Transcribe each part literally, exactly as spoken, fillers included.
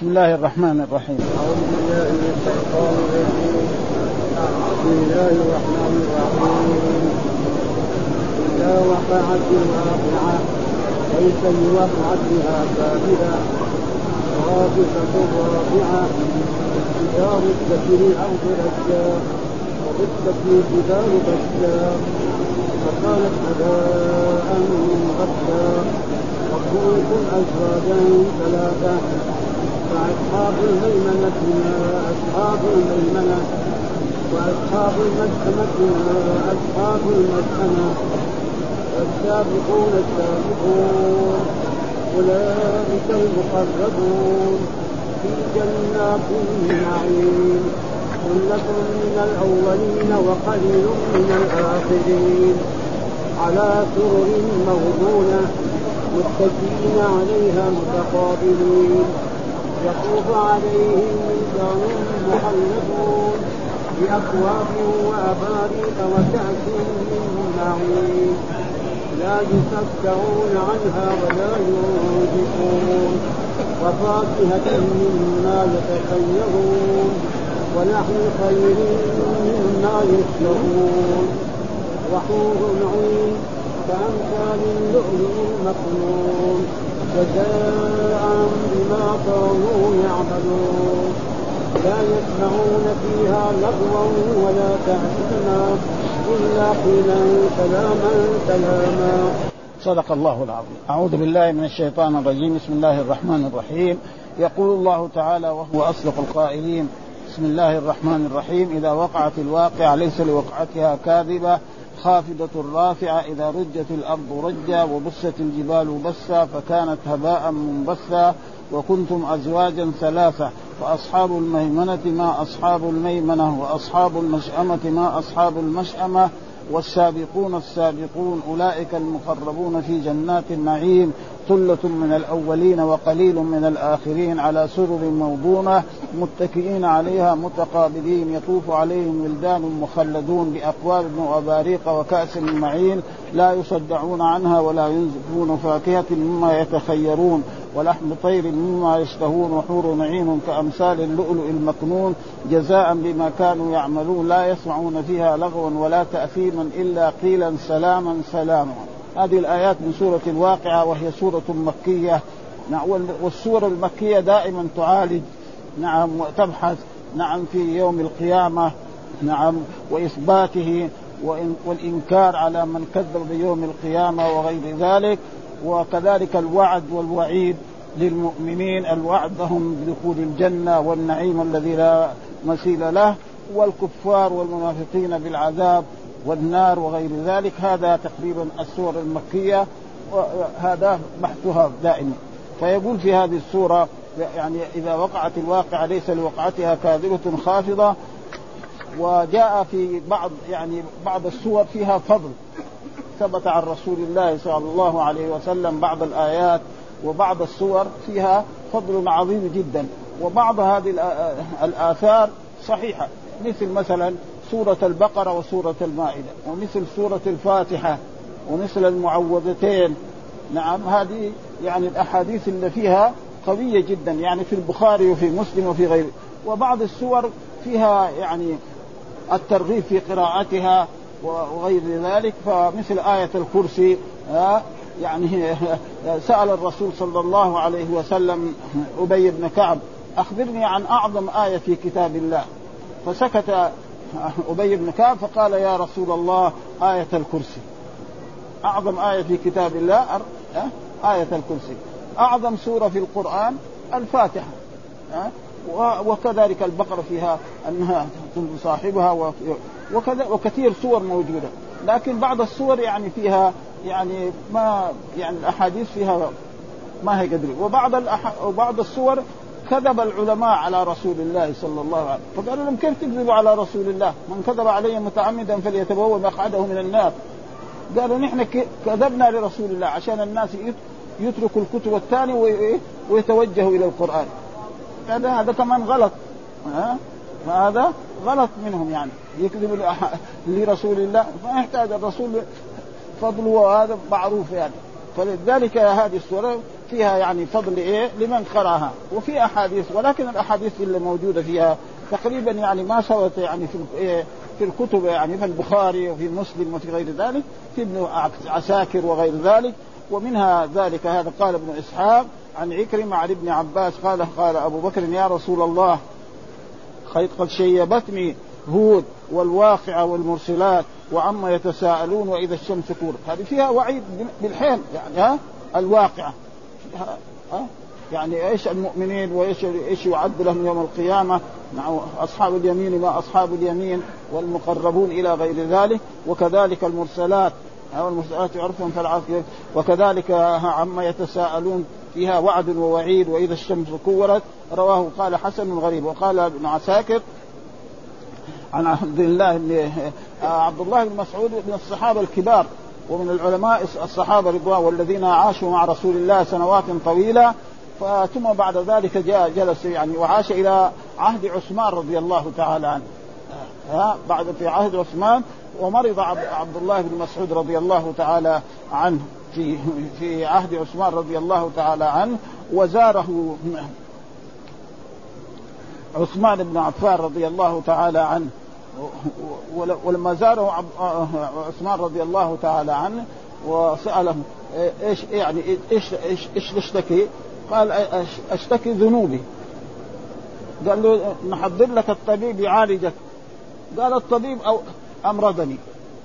بسم الله الرحمن الرحيم. أعوذ بالله من الشيطان الرجيم. بسم الله الرحمن الرحيم. إذا وقعت الواقعة ليس لوقعتها كاذبة رابطة رافعة إذا ردت الأرض رجا وردت الجبال بسا فكانت هباء منبثا وكنتم أزواجا ثلاثة فأصحاب الميمنة ما أصحاب الميمنة وأصحاب المشأمة ما أصحاب المشأمة والسابقون السابقون أولئك المقربون في جنات النعيم ثلة من الأولين وقليل من الآخرين على سرر موضونة متكئين عليها متقابلين يطوف عليهم ولدان مخلدون بأكواب وأباريق وكأس من معين لا يصدعون عنها ولا ينزفون وفاكهة مما يتخيرون ولحم خير مما يشتهون وحور عين كأمثال اللؤلؤ المكنون جزاء بما كانوا يعملون لا يسمعون فيها لغوا ولا تأثيما إلا قيلا سلاما سلاما. صدق الله العظيم. أعوذ بالله من الشيطان الرجيم. بسم الله الرحمن الرحيم. يقول الله تعالى وهو أصدق القائلين: بسم الله الرحمن الرحيم. إذا وقعت الواقعة ليس لوقعتها كاذبة خافضة رافعة إذا رجت الأرض رجا وبست الجبال بسا فكانت هباء منبثا وكنتم أزواجا ثلاثة فأصحاب الميمنة ما أصحاب الميمنة وأصحاب المشأمة ما أصحاب المشأمة والسابقون السابقون أولئك المقربون في جنات النعيم ثلة من الأولين وقليل من الآخرين على سرر موضونة متكئين عليها متقابلين يطوف عليهم ولدان مخلدون بأكواب وأباريق وكأس من معين لا يصدعون عنها ولا ينزفون فاكهة مما يتخيرون ولحم طير مما يشتهون وحور نعيم كأمثال اللؤلؤ المكنون جزاء بما كانوا يعملون لا يسمعون فيها لغوا ولا تأثيما إلا قيلا سلاما سلاما. هذه الآيات من سورة الواقعة وهي سورة مكية. والسورة المكية دائما تعالج نعم وتبحث نعم في يوم القيامة نعم وإثباته والإنكار على من كذب بيوم القيامة وغير ذلك، وكذلك الوعد والوعيد للمؤمنين، الوعد لهم بدخول الجنة والنعيم الذي لا مثيل له، والكفار والمنافقين بالعذاب والنار وغير ذلك. هذا تقريبا السور المكية وهذا بحثها دائما. فيقول في هذه السورة يعني إذا وقعت الواقعة ليس لوقعتها كاذبة خافضة. وجاء في بعض يعني بعض السور فيها فضل ثبت عن رسول الله صلى الله عليه وسلم بعض الآيات وبعض السور فيها فضل عظيم جدا، وبعض هذه الآثار صحيحة مثل مثلا سورة البقرة وسورة المائدة ومثل سورة الفاتحة ومثل المعوذتين. نعم هذه يعني الأحاديث اللي فيها قوية جدا يعني في البخاري وفي مسلم وفي غيره. وبعض السور فيها يعني الترغيب في قراءتها وغير ذلك، فمثل آية الكرسي يعني سأل الرسول صلى الله عليه وسلم أبي بن كعب أخبرني عن أعظم آية في كتاب الله، فسكت أبي بن كعب فقال يا رسول الله آية الكرسي. أعظم آية في كتاب الله آية الكرسي. أعظم سورة في القرآن الفاتحة، وكذلك البقرة فيها أنها صاحبها وكذا وكثير سور موجودة. لكن بعض السور يعني فيها يعني ما يعني الأحاديث فيها ما هي قدر. وبعض الأح... وبعض السور كذب العلماء على رسول الله صلى الله عليه وسلم فقالوا لهم كيف تكذبوا على رسول الله؟ من كذب عليه متعمدا فليتبوأ مقعده من النار. قالوا نحن كذبنا لرسول الله عشان الناس يتركوا الكتب الثانية ويتوجهوا إلى القرآن. هذا هذا كمان غلط. ها هذا غلط منهم يعني يكذب لرسول الله، ما يحتاج الرسول فضله وهذا معروف يعني. فلذلك هذه السورة فيها يعني فضل إيه لمن قرأها، وفي أحاديث ولكن الأحاديث اللي موجودة فيها تقريبا يعني ما سوت يعني في إيه في الكتب يعني في البخاري وفي مسلم وفي غير ذلك، في ابن عساكر وغير ذلك. ومنها ذلك هذا قال ابن إسحاق عن عكرمة عن ابن عباس قال قال أبو بكر يا رسول الله قد شيبتني هود والواقعة والمرسلات وعما يتساءلون وإذا الشمس كورت. هذه فيها وعيد بالحيل يعني ها الواقعة ها يعني إيش المؤمنين وإيش إيش يعد لهم يوم القيامة مع أصحاب اليمين ما أصحاب اليمين والمقربون إلى غير ذلك. وكذلك المرسلات أو المرسلات عرفا فالعافية. وكذلك عما يتساءلون فيها وعد ووعيد وإذا الشمس كورت. رواه قال حسن غريب. وقال ابن عساكر عن عبد الله بن عبد الله بن مسعود من الصحابة الكبار ومن العلماء الصحابة رضوان والذين عاشوا مع رسول الله سنوات طويلة، ثم بعد ذلك جاء جلس يعني وعاش إلى عهد عثمان رضي الله تعالى عنه. ها بعد في عهد عثمان ومرض عبد الله بن مسعود رضي الله تعالى عنه في في عهد عثمان رضي الله تعالى عنه، وزاره عثمان بن عفان رضي الله تعالى عنه. ولما زاره عثمان رضي الله تعالى عنه وسأله ايش يعني ايش ايش ايش تشتكي؟ قال اشتكي ذنوبي. قال له نحضر لك الطبيب يعالجك. قال الطبيب او امرضني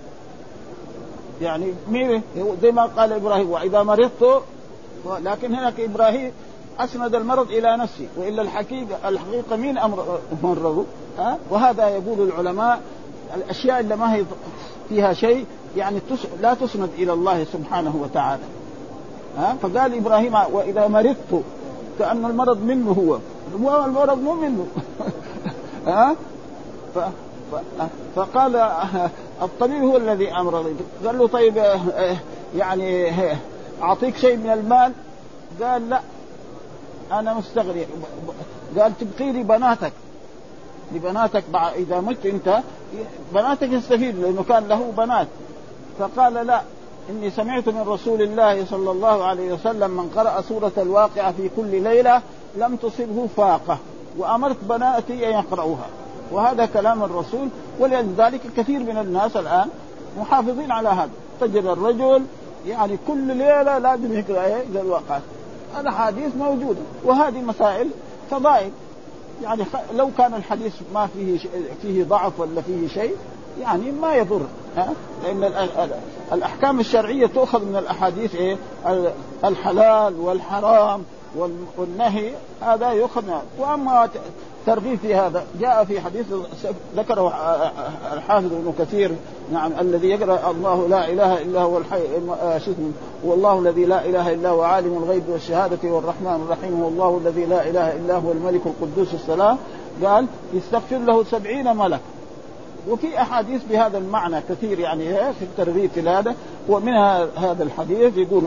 يعني مين زي ما قال ابراهيم واذا مرضت. لكن هناك ابراهيم أسند المرض إلى نفسه، وإلا الحقيقة الحقيقة مين أمرضه؟ ها؟ وهذا يقول العلماء الأشياء اللي ما هي فيها شيء يعني لا تسند إلى الله سبحانه وتعالى. ها؟ فقال إبراهيم وإذا مرضت كأن المرض منه هو، هو المرض مو منه. ها؟ ف... ف... فقال الطبيب هو الذي أمرض. قال له طيب يعني أعطيك شيء من المال؟ قال لا أنا مستغني. قال تبقي لي بناتك لبناتك إذا مت أنت بناتك يستفيد لأنه كان له بنات. فقال لا إني سمعت من رسول الله صلى الله عليه وسلم من قرأ سورة الواقعة في كل ليلة لم تصبه فاقة وأمرت بناتي أن يقرأوها. وهذا كلام الرسول. ولذلك كثير من الناس الآن محافظين على هذا. تجد الرجل يعني كل ليلة لازم يقرأ إذا الواقعة. هذا حديث موجود. وهذه مسائل فضائل يعني لو كان الحديث ما فيه فيه ضعف ولا فيه شيء يعني ما يضر. ها؟ لأن الأحكام الشرعية تؤخذ من الأحاديث إيه الحلال والحرام والنهي هذا يؤخذ. وأما ترغيب في هذا جاء في حديث ذكره الحافظ ابن كثير نعم الذي يقرأ الله لا إله إلا هو الحي والله الذي لا إله إلا هو عالم الغيب والشهادة والرحمن الرحيم والله الذي لا إله إلا هو الملك القدوس السلام. قال يستغفر له سبعين ملك. وفي أحاديث بهذا المعنى كثير يعني في الترغيب في هذا. ومنها هذا الحديث يقول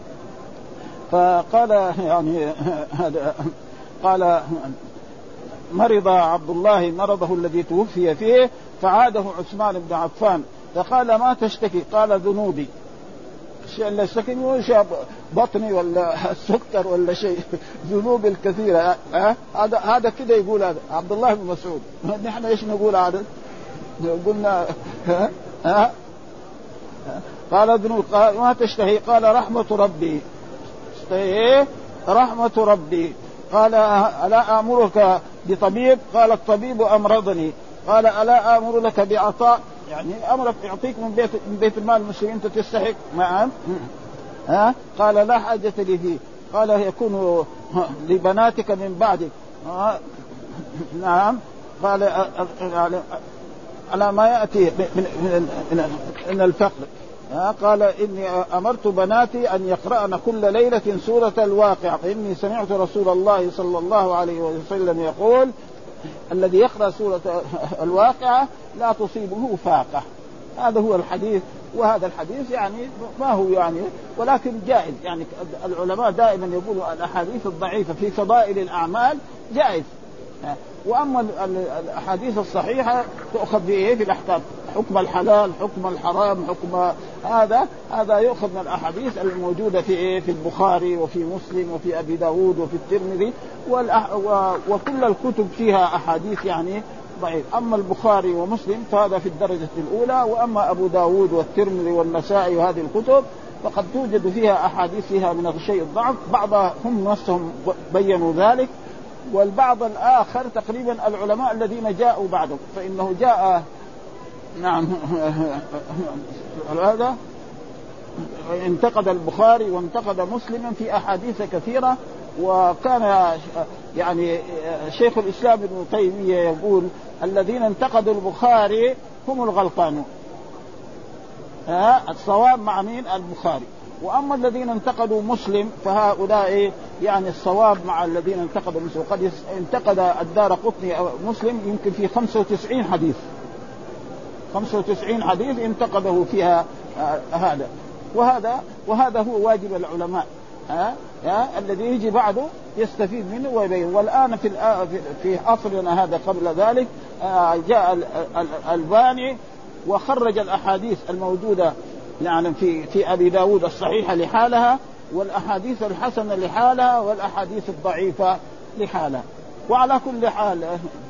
فقال يعني هذا قال مرض عبد الله مرضه الذي توفي فيه فعاده عثمان بن عفان فقال ما تشتكي؟ قال ذنوبي. الشيء اللي اشتكي مو شيء بطني ولا السكر ولا شيء ذنوب الكثيرة. أه؟ هذا هذا كده يقول هذا عبد الله بن مسعود. نحن ايش نقول هذا؟ قلنا ها ها قال ذنوب. قال ما تشتهي؟ قال رحمة ربي. اشتهي رحمة ربي. قال ألا آمرك بطبيب؟ قال الطبيب أمرضني. قال ألا آمر لك بعطاء؟ يعني أمرك يعطيك من بيت من بيت المال المسلمين أنت تستحق. نعم. ها قال لا حاجة لي فيه. قال يكون لبناتك من بعدك. نعم. قال على ما يأتي من من من الفقر. قال إني أمرت بناتي أن يقرأن كل ليلة سورة الواقع فإني سمعت رسول الله صلى الله عليه وسلم يقول الذي يقرأ سورة الواقعة لا تصيبه فاقة. هذا هو الحديث. وهذا الحديث يعني ما هو يعني ولكن جائز. يعني العلماء دائما يقولوا الأحاديث الضعيفة في فضائل الأعمال جائز. وأما الأحاديث الصحيحة تأخذ بإيه في الأحكام. حكم الحلال حكم الحرام حكم هذا هذا يؤخذ من الأحاديث الموجودة في إيه في البخاري وفي مسلم وفي أبي داود وفي الترمذي وكل الكتب فيها أحاديث يعني ضعيف. أما البخاري ومسلم فهذا في الدرجة الأولى، وأما أبو داود والترمذي والنسائي وهذه الكتب فقد توجد فيها أحاديث فيها من الشيء الضعف، بعضهم نفسهم بينوا ذلك، والبعض الآخر تقريبا العلماء الذين جاءوا بعدهم، فإنه جاء نعم هذا انتقد البخاري وانتقد مسلما في أحاديث كثيرة. وكان يعني شيخ الإسلام ابن تيمية يقول الذين انتقدوا البخاري هم الغلطانون، الصواب مع مين؟ البخاري. وأما الذين انتقدوا مسلم فهؤلاء يعني الصواب مع الذين انتقدوا مسلم. وقد انتقد الدارقطني مسلم يمكن في خمسة وتسعين حديث خمسة وتسعين حديث انتقده فيها هذا. وهذا وهذا هو واجب العلماء، ها ها الذي يجي بعده يستفيد منه ويبين. والآن في في عصرنا هذا قبل ذلك جاء الألباني وخرج الأحاديث الموجودة يعني في في أبي داود الصحيحة لحالها، والأحاديث الحسنة لحالها، والأحاديث الضعيفة لحالها. وعلى كل حال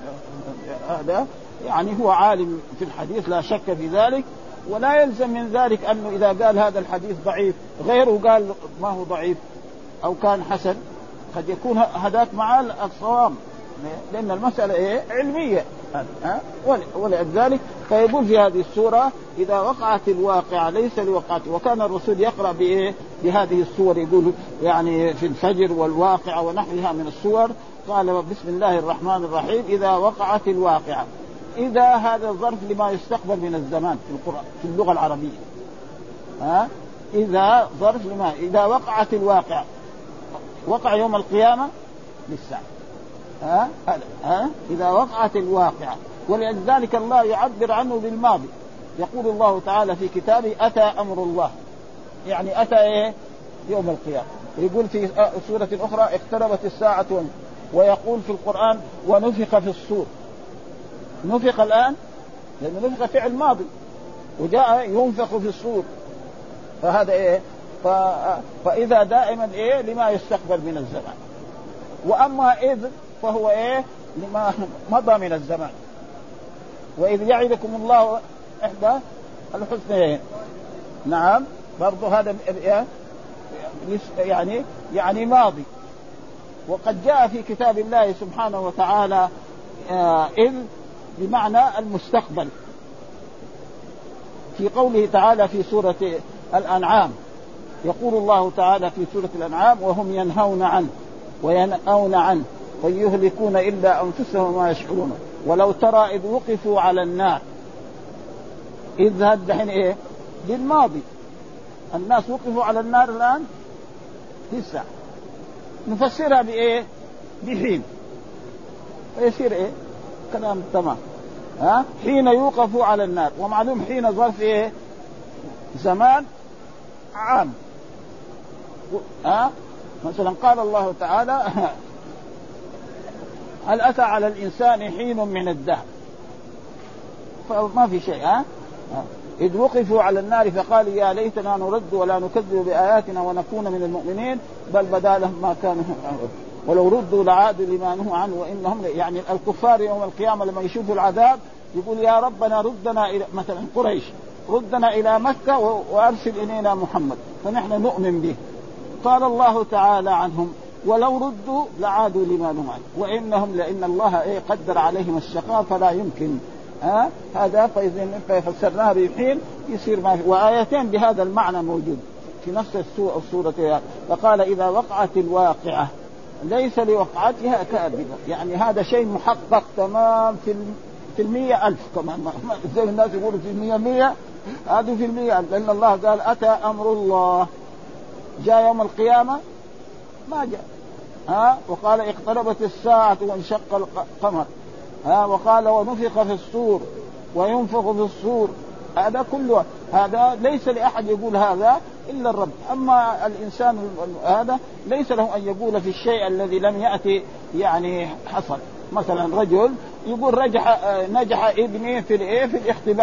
هذا يعني هو عالم في الحديث لا شك في ذلك، ولا يلزم من ذلك أنه إذا قال هذا الحديث ضعيف غيره قال ما هو ضعيف أو كان حسن قد يكون هذاك مع الصواب، لأن المسألة إيه علمية. ها ولذلك فيقول في هذه السورة إذا وقعت الواقعة ليس لوقعته. وكان الرسول يقرأ بإيه بهذه السور، يقول يعني في الفجر والواقعة ونحوها من السور. قال بسم الله الرحمن الرحيم إذا وقعت الواقعة. إذا هذا ظرف لما يستقبل من الزمان في القرآن في اللغة العربية. ها إذا ظرف لما إذا وقعت الواقعة، وقع يوم القيامة للساعة. ها ها إذا وقعت الواقعة. ولذلك الله يعبر عنه بالماضي، يقول الله تعالى في كتابه أتى أمر الله، يعني أتى إيه يوم القيامة. يقول في سورة أخرى اقتربت الساعة، ويقول في القرآن ونفخ في الصور. نفخ الآن لأنه نفخ فعل ماضي، وجاء ينفخ في الصور، فهذا إيه ف... فإذا دائما إيه لما يستقبل من الزمان. وأما إذ فهو إيه لما مضى من الزمان. وإذ يعدكم الله إحدى الحسنيين. نعم برضو هذا يعني يعني ماضي. وقد جاء في كتاب الله سبحانه وتعالى إذ بمعنى المستقبل، في قوله تعالى في سورة الأنعام. يقول الله تعالى في سورة الأنعام وهم ينهون عنه وينأون عنه ويهلكون إلا أنفسهم وما يشعرون ولو ترى إذ وقفوا على النار. إذ هذا حين إيه للماضي، الناس وقفوا على النار الآن لسه. نفسرها بإيه بحين، ويصير إيه كلام تمام. ها حين يوقفوا على النار، ومعلوم حين ظرف إيه زمان عام. ها مثلا قال الله تعالى هل أتى على الإنسان حين من الدهر، فما في شيء. ها إذ وقفوا على النار فقالوا يا ليتنا نرد ولا نكذب بآياتنا ونكون من المؤمنين بل بدا لهم ما كانوا ولو ردوا لعادوا لما نهوا عنه وإنهم يعني الكفار يوم القيامة لما يشوفوا العذاب يقول يا ربنا ردنا إلى مثلا قريش ردنا إلى مكة وأرسل إلينا محمد فنحن نؤمن به. قال الله تعالى عنهم ولو ردوا لعادوا لما نهوا عنه وإنهم لأن الله إيه قدر عليهم الشقاء فلا يمكن. ها هذا فإذا فسرناها بحين يصير ما في. وآيتين بهذا المعنى موجود في نفس السورة. فقال إذا وقعت الواقعة ليس لوقعتها كاذبة، يعني هذا شيء محقق تمام في في المية ألف كمان، زي الناس يقولوا في المية مية، هذا في المية ألف، لأن الله قال أتى أمر الله. جاء يوم القيامة ما جاء. ها وقال اقتربت الساعة وانشق القمر. ها وقال ونفخ في الصور وينفخ في الصور. هذا كله هذا ليس لأحد يقول هذا إلا الرب. أما الإنسان هذا ليس له أن يقول في الشيء الذي لم يأتي يعني حصل. مثلا رجل يقول رجح نجح ابني في الإيه في الاختبار،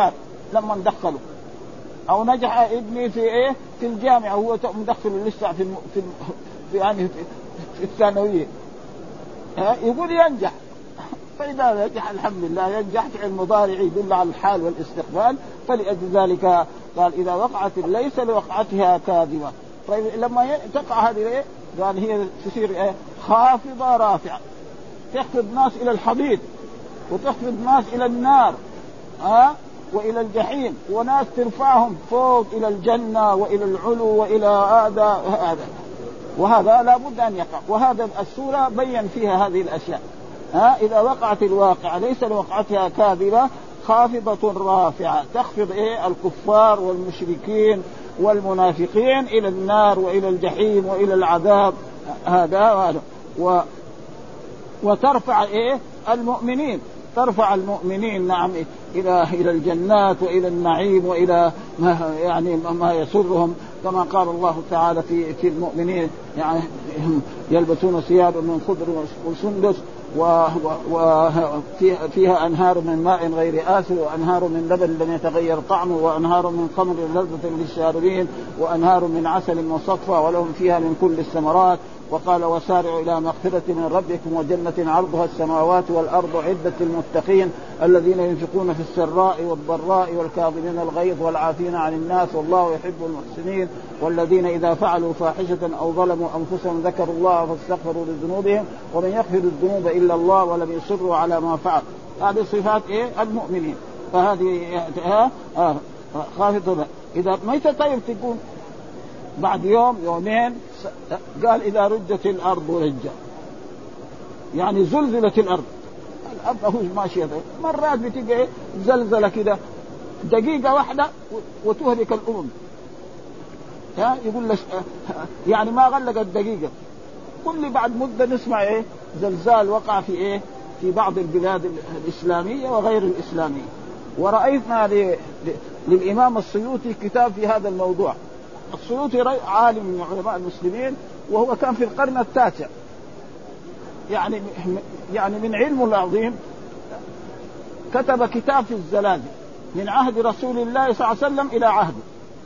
لما ندخله، أو نجح ابني في إيه في الجامعة هو مدخله لسه في في في يعني في الثانوية يقول ينجح، فإذا نجح الحمد لله ينجح. فعل مضارع يدل على الحال والاستقبال، فلأجل ذلك قال إذا وقعت ليس لوقعتها كاذبة. طيب لما تقع هذه إيه؟ قال هي تصير إيه؟ خافضة رافعة، تخفض ناس إلى الحضيض وتخفض ناس إلى النار ها أه؟ وإلى الجحيم، وناس ترفعهم فوق إلى الجنة وإلى العلو وإلى هذا هذا وهذا لا بد أن يقع. وهذا السورة بين فيها هذه الأشياء ها. إذا وقعت الواقعة ليس لوقعتها كاذبة خافضة رافعة، تخفض إيه الكفار والمشركين والمنافقين إلى النار وإلى الجحيم وإلى العذاب هذا هذا و وترفع إيه المؤمنين، ترفع المؤمنين نعم إلى إلى الجنات وإلى النعيم وإلى ما يعني ما يسرهم، كما قال الله تعالى في في المؤمنين يعني يلبسون ثيابا من خضر وسندس وفيها أنهار من ماء غير آسر وأنهار من لبن لم يتغير طعمه وأنهار من خمر لذة للشاربين وأنهار من عسل مصفى ولهم فيها من كل الثمرات. وقال وسارعوا إلى مغفرة من ربكم وجنة عرضها السماوات والأرض عدة للمتقين الذين ينفقون في السراء والضراء والكاظمين الغيظ والعافين عن الناس والله يحب المحسنين والذين إذا فعلوا فاحشة أو ظلموا أنفسهم ذكروا الله فاستغفروا لذنوبهم ومن يغفر الذنوب إلا الله ولم يصروا على ما فعل. هذه صفات إيه المؤمنين. فهذه ها آه خافضة. إذا متى طيب تكون بعد يوم يومين؟ قال إذا رجت الأرض رجة، يعني زلزلت الأرض. الأرض هو ماشية مرات بتيجي زلزلة كده دقيقة واحدة وتهلك الأمم. ها يقول لك يعني ما غلقت دقيقة، كل بعد مدة نسمع إيه زلزال وقع في إيه في بعض البلاد الإسلامية وغير الإسلامية. ورأينا للإمام السيوطي كتاب في هذا الموضوع. السيوطي عالم من علماء المسلمين وهو كان في القرن التاسع، يعني يعني من علمه العظيم كتب كتاب في الزلازل من عهد رسول الله صلى الله عليه وسلم إلى عهده.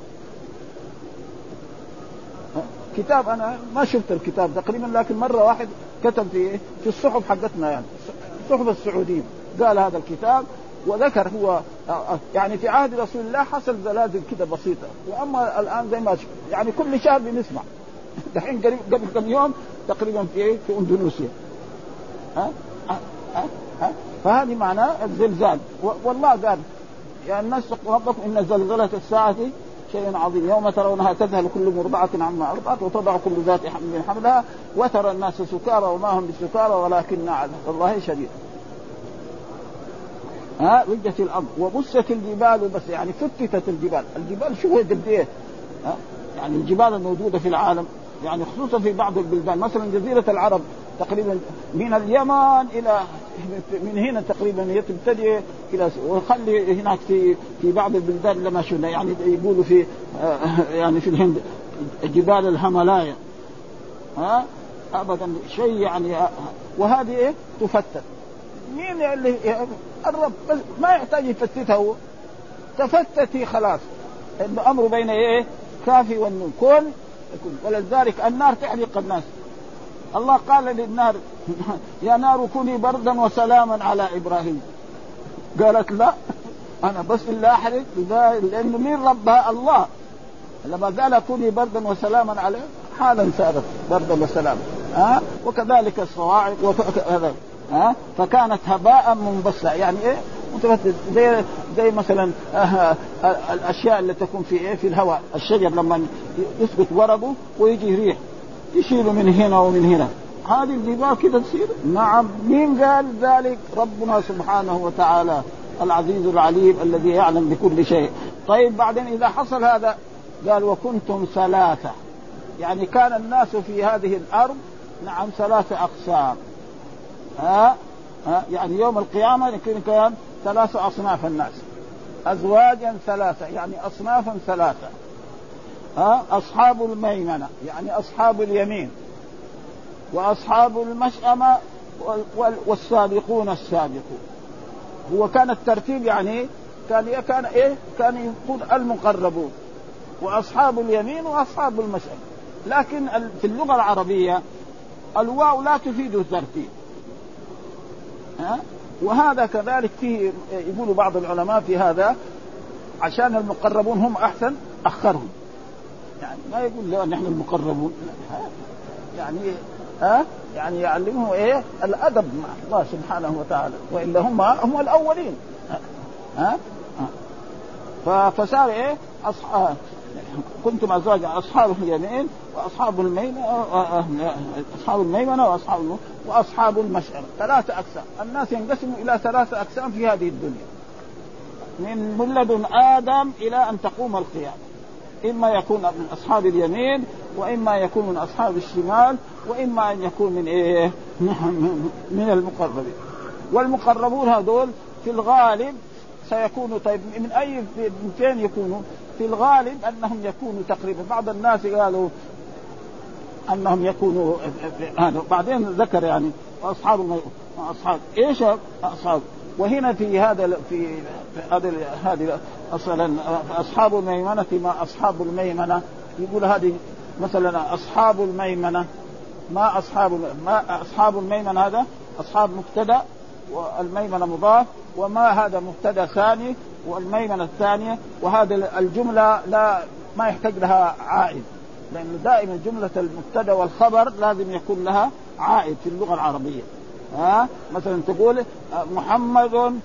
كتاب أنا ما شفت الكتاب تقريبا، لكن مرة واحد كتب في في الصحف حقتنا يعني الصحف السعودية قال هذا الكتاب وذكر هو يعني في عهد رسول الله حصل زلازل كده بسيطة، وأما الآن زي ما يعني كل شهر بنسمع. دحين قبل كم يوم تقريبا في في أندونيسيا ها ها ها فهذه معناه الزلزال. والله قال يا الناس ربكم إن زلزلة الساعة شيء عظيم يوم ترونها تذهل كل مرضعة عما أرضعت وتضع كل ذات حمل حملها وترى الناس سكارى وما هم بسكارى ولكن عذاب الله شديد. ها رجت الأرض وبست الجبال بس، يعني فتتت الجبال. الجبال شو هي قد ايه؟ يعني الجبال الموجودة في العالم يعني خصوصا في بعض البلدان مثلا جزيرة العرب تقريبا من اليمن إلى من هنا تقريبا تبتدي إلى وخلي هناك في في بعض البلدان لما شفنا يعني يقولوا في يعني في الهند جبال الهيمالايا ها أبدا شيء يعني. وهذه إيه تفتت. مين اللي الرب بس ما يحتاج يفتتها هو تفتتي خلاص. الأمر بين إيه كافي والنون كن. ولذلك النار تحرق الناس. الله قال للنار يا نار كوني بردا وسلاما على إبراهيم، قالت لا أنا بس اللي أحرق لأنه مين ربها الله. لما قال كوني بردا وسلاما عليه حالا صارت بردا وسلاما. ها وكذلك الصواعق وهذا ها فكانت هباء منبثا يعني ايه متفتت زي زي مثلا آه الاشياء اللي تكون في ايه في الهواء. الشجر لما يسقط ورقه ويجي ريح يشيله من هنا ومن هنا، هذه الجبال كده تصير. نعم مين قال ذلك؟ ربنا سبحانه وتعالى العزيز العليم الذي يعلم بكل شيء. طيب بعدين اذا حصل هذا قال وكنتم ثلاثة، يعني كان الناس في هذه الارض نعم ثلاثة اقسام. ها ها يعني يوم القيامة يكون كان ثلاثة أصناف الناس، أزواجا ثلاثة يعني أصنافا ثلاثة. ها أصحاب الميمنة يعني أصحاب اليمين، وأصحاب المشأمة والسابقون السابقون. هو كان الترتيب يعني كان كان إيه كان يقول المقربون وأصحاب اليمين وأصحاب المشأمة. لكن في اللغة العربية الواو لا تفيد الترتيب، ها؟ وهذا كذلك فيه يقول بعض العلماء في هذا عشان المقربون هم أحسن أخرهم، يعني ما يقول لا نحن المقربون، يعني ها يعني يعلمهم ايه الادب مع الله سبحانه وتعالى، والا هم هم الاولين، ها فصار ايه أصحاب كنتم ازواج اصحاب اليمين واصحاب الميمنه اصحاب الميمنه واصحاب واصحاب المشأمه، ثلاثه اقسام. الناس ينقسموا الى ثلاثه اقسام في هذه الدنيا من لدن ادم الى ان تقوم القيامه، إما يكون من أصحاب اليمين وإما يكون من أصحاب الشمال وإما أن يكون من إيه من المقربين. والمقربون هذول في الغالب سيكونوا طيب من أي من فين يكونوا؟ في الغالب أنهم يكونوا تقريبا، بعض الناس قالوا أنهم يكونوا هذا، بعدين ذكر يعني أصحاب أصحاب إيش أصحاب. وهنا في هذا في هذا هذه مثلا أصحاب الميمنة ما أصحاب الميمنة، يقول هذه مثلا أصحاب الميمنة ما أصحاب ما أصحاب الميمنة، هذا أصحاب مبتدأ والميمنة مضاف، وما هذا مبتدأ ثاني والميمنة الثانية، وهذا الجملة لا ما يحتاج لها عائد، لأن دائما جملة المبتدأ والخبر لازم يكون لها عائد في اللغة العربية. ها مثلا تقول محمد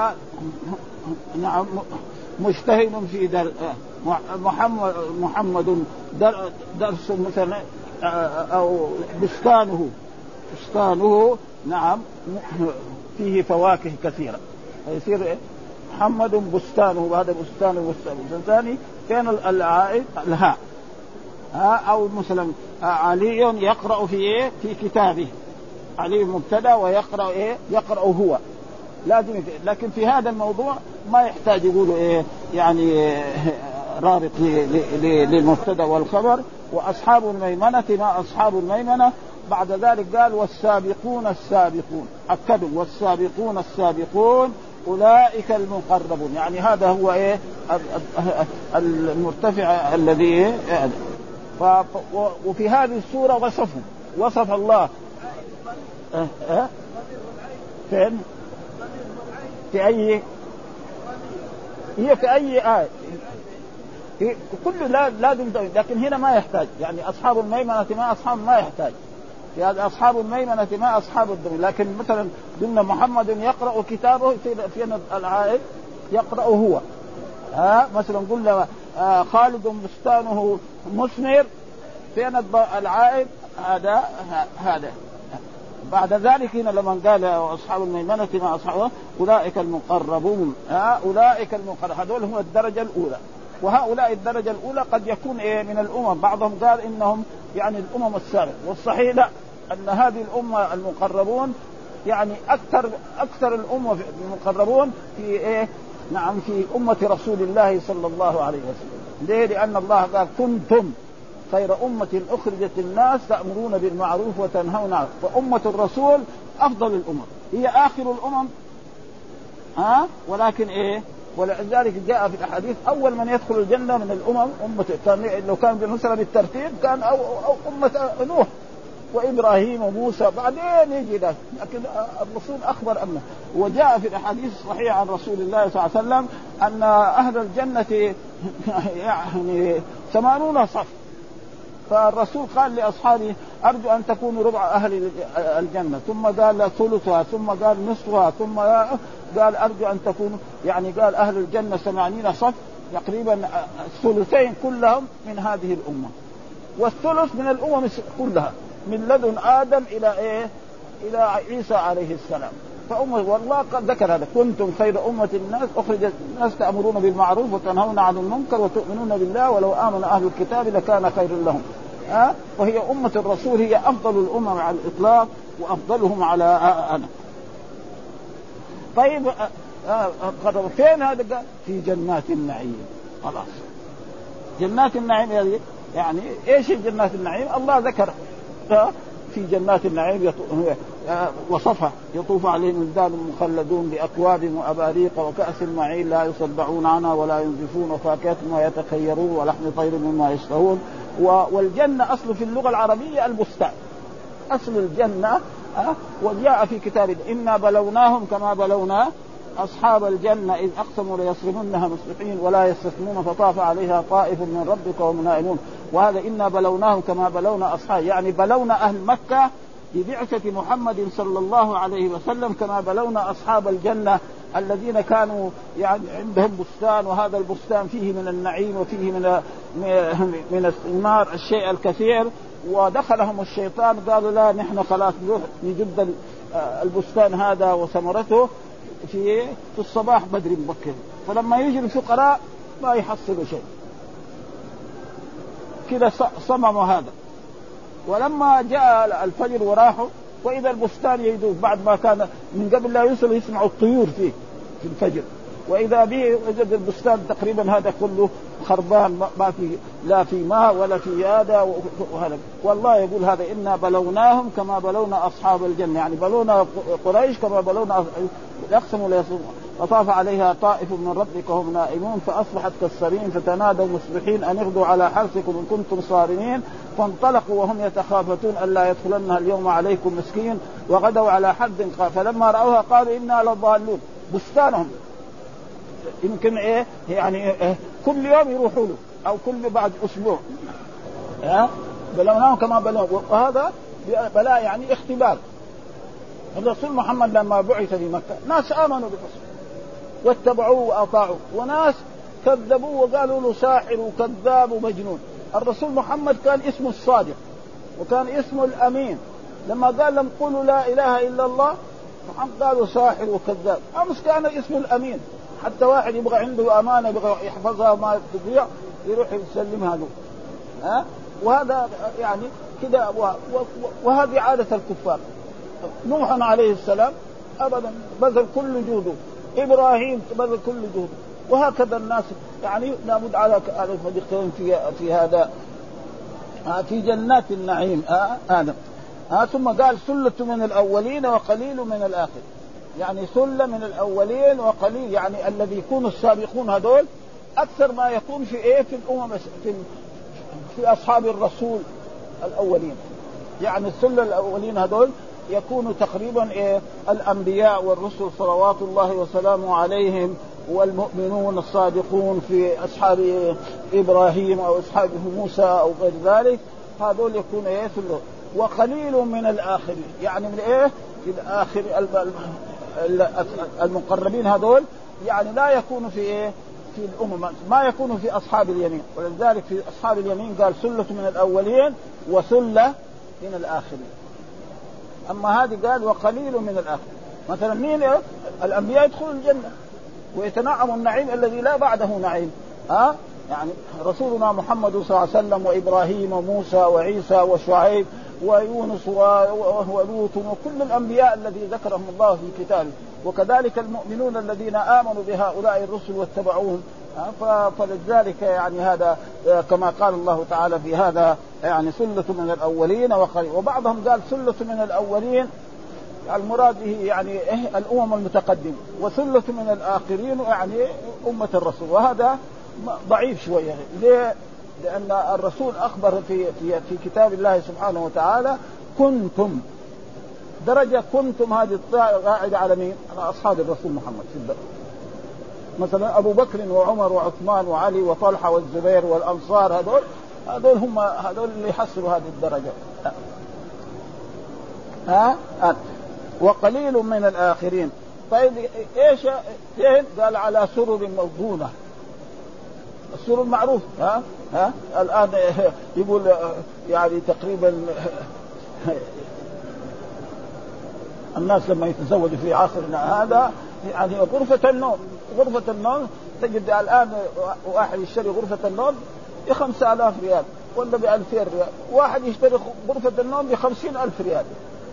نعم مجتهد في در محمد محمد در درس مثلا او بستانه بستانه نعم فيه فواكه كثيره، فيصير محمد بستانه، وهذا بستانه والثاني كان العائد الهاء. ها او مثلا علي يقرأ في ايه في كتابه، علي مبتدا ويقرأ ايه يقرأ هو، لازم. لكن في هذا الموضوع ما يحتاج يقولوا ايه يعني رابط للمبتدا والخبر. واصحاب الميمنه ما اصحاب الميمنه، بعد ذلك قال والسابقون السابقون، اكدوا والسابقون السابقون اولئك المقربون، يعني هذا هو ايه المرتفع الذي. وفي هذه السوره وصفه وصف الله أه أه فين في أي هي في أي آية في كل لا لازم، لكن هنا ما يحتاج، يعني أصحاب الميمنة ما أصحاب ما يحتاج، يعني أصحاب الميمنة ما أصحاب الدم. لكن مثلا قلنا محمد يقرأ كتابه في العائد يقرأ هو. ها مثلا قلنا آه خالد بستانه مثمر فين العائد هذا هذا. بعد ذلك هنا لما قال أصحاب الميمنة ما أصحابه أولئك المقربون، أولئك المقربون هذول هم الدرجة الأولى. وهؤلاء الدرجة الأولى قد يكون إيه من الأمم، بعضهم قال إنهم يعني الأمم السابقة، والصحيح لا، أن هذه الأمة المقربون يعني أكثر أكثر الأمة المقربون في إيه نعم في أمة رسول الله صلى الله عليه وسلم. ليه؟ لأن الله قال كنتم خير أمة أخرجت الناس تأمرون بالمعروف وتنهون عنه، فأمة الرسول أفضل الأمم، هي آخر الأمم. ها ولكن إيه ولذلك جاء في الأحاديث أول من يدخل الجنة من الأمم أمة، كان لو كان بالنسبة بالترتيب كان أو, أو أمة نوح وإبراهيم وموسى، بعدين يجي ذلك، لكن الرسول أخبر أنه. وجاء في الأحاديث الصحيحة عن رسول الله صلى الله عليه وسلم أن أهل الجنة يعني ثمانون صف، فالرسول قال لأصحابه أرجو أن تكونوا ربع أهل الجنة، ثم قال ثلثها، ثم قال نصفها، ثم قال أرجو أن تكونوا يعني قال أهل الجنة ثمانين صف، تقريبا الثلثين كلهم من هذه الأمة، والثلث من الأمم كلها من لدن آدم إلى إيه إلى عيسى عليه السلام. فأمة والله قد ذكر هذا كنتم خير أمة الناس أخرجت الناس تأمرون بالمعروف وتنهون عن المنكر وتؤمنون بالله ولو آمن أهل الكتاب لكان خير لهم. أه؟ وهي أمة الرسول هي أفضل الأمم على الإطلاق وأفضلهم على أنا. طيب أه أه فين هذا؟ في جنات النعيم. خلاص جنات النعيم يعني إيش جنات النعيم؟ الله ذكر في جنات النعيم وصفها يطوف عليهم ولدان مخلدون بأكواب وأباريق وكأس معين لا يصدعون عنها ولا ينزفون وفاكهة ما يتخيرون ولحم طير مما يشتهون. والجنة أصل في اللغة العربية البستان، أصل الجنة. وجاء في كتاب إنا بلوناهم كما بلونا أصحاب الجنة إذ أقسموا ليصرمنها مصبحين ولا يستثنون فطاف عليها طائف من ربك وهم نائمون. وهذا إنا بلوناهم كما بلونا أصحاب، يعني بلونا أهل مكة ببعثة محمد صلى الله عليه وسلم كما بلونا أصحاب الجنة الذين كانوا يعني عندهم بستان، وهذا البستان فيه من النعيم وفيه من من الثمار الشيء الكثير. ودخلهم الشيطان قالوا لا نحن خلاص نروح نجد البستان هذا وثمرته في في الصباح بدري مبكر، فلما يجي الفقراء ما يحصلوا شيء كذا صمموا هذا. ولما جاء الفجر وراحوا وإذا البستان يدوب بعد ما كان من قبل لا يوصل يسمعوا الطيور فيه في الفجر، وإذا به وجد البستان تقريبا هذا كله خربان ما في لا في ماء ولا في هذا وهذا. والله يقول هذا إنا بلوناهم كما بلونا أصحاب الجنة، يعني بلونا قريش كما بلونا يقسموا ليصوموا. فطاف عليها طائف من ربك وهم نائمون فأصبحت كالصريم فتنادوا مصبحين أن اغدوا على حرثكم إن كنتم صارمين فانطلقوا وهم يتخافتون ألا يدخلنها اليوم عليكم مسكين وغدوا على حد فلما رأوها قالوا إنا لضالون. بستانهم يمكن إيه يعني إيه كل يوم يروحوا له أو كل بعد أسبوع ها بلوناهم كما بلون. وهذا بلاء يعني اختبار. الرسول محمد لما بعث في مكة ناس آمنوا بالرسول واتبعوه وأطاعوا، وناس كذبوه وقالوا له ساحر وكذاب ومجنون. الرسول محمد كان اسمه الصادق وكان اسمه الأمين. لما قال لهم قولوا لا إله إلا الله محمد قالوا ساحر وكذاب. أمس كان اسمه الأمين، حتى واحد يبغى عنده أمانة يبغى يحفظها ما تضيع يروح يسلمها له. ها وهذا يعني كده. وهذه عادة الكفار. نوح عليه السلام أبدا بذل كل جهده، إبراهيم بذل كل جهده، وهكذا الناس يعني لابد على على فريقين في في هذا في جنات النعيم. هذا آه آه ثم قال سلة من الأولين وقليل من الآخر، يعني سلة من الأولين وقليل، يعني الذي يكون السابقون هذول أكثر ما يكون في إيه في الأمم في, في أصحاب الرسول الأولين. يعني السلة الأولين هذول يكونوا تقريبا إيه الأنبياء والرسل صلوات الله وسلامه عليهم، والمؤمنون الصادقون في أصحاب إبراهيم أو أصحاب موسى أو غير ذلك، هذول يكون إيه سلة. وقليل من الآخرين، يعني من إيه في الآخر المقربين هذول يعني لا يكون في إيه في الأمم، ما يكون في أصحاب اليمين. ولذلك في أصحاب اليمين قال سلة من الأولين وسلة من الآخرين. أما هذه قال وقليل من الآخرين. مثلا مين الأنبياء يدخلوا الجنة ويتنعموا النعيم الذي لا بعده نعيم. ها يعني رسولنا محمد صلى الله عليه وسلم وإبراهيم وموسى وعيسى وشعيب ويونس ولوط وكل الأنبياء الذي ذكرهم الله في كتابه، وكذلك المؤمنون الذين آمنوا بهؤلاء الرسل واتبعوهم. فلذلك يعني هذا كما قال الله تعالى في هذا يعني سلة من الأولين وقليل. وبعضهم قال سلة من الأولين المراد به يعني إيه الأمم المتقدمة، وسلة من الآخرين يعني أمة الرسول. وهذا ضعيف شوية. ليه؟ لأن الرسول أخبر في في في كتاب الله سبحانه وتعالى كنتم درجة. كنتم هذه قاعدة على مين؟ على أصحاب الرسول محمد في الدرجة. مثلا أبو بكر وعمر وعثمان وعلي وطلحة والزبير والأنصار، هذول هذول هم هذول اللي يحصلوا هذه الدرجة. ها أه؟ وقليل من الآخرين. طيب إيش فين؟ قال على سرر موضونة. السرر معروف. ها ها الآن يقول يعني تقريبا الناس لما يتزوجوا في عصرنا هذا يعني غرفة النوم غرفة النوم تجد الآن واحد يشتري غرفة النوم بخمسة آلاف ريال ولا بألفين ريال، واحد يشتري غرفة النوم بخمسين ألف ريال.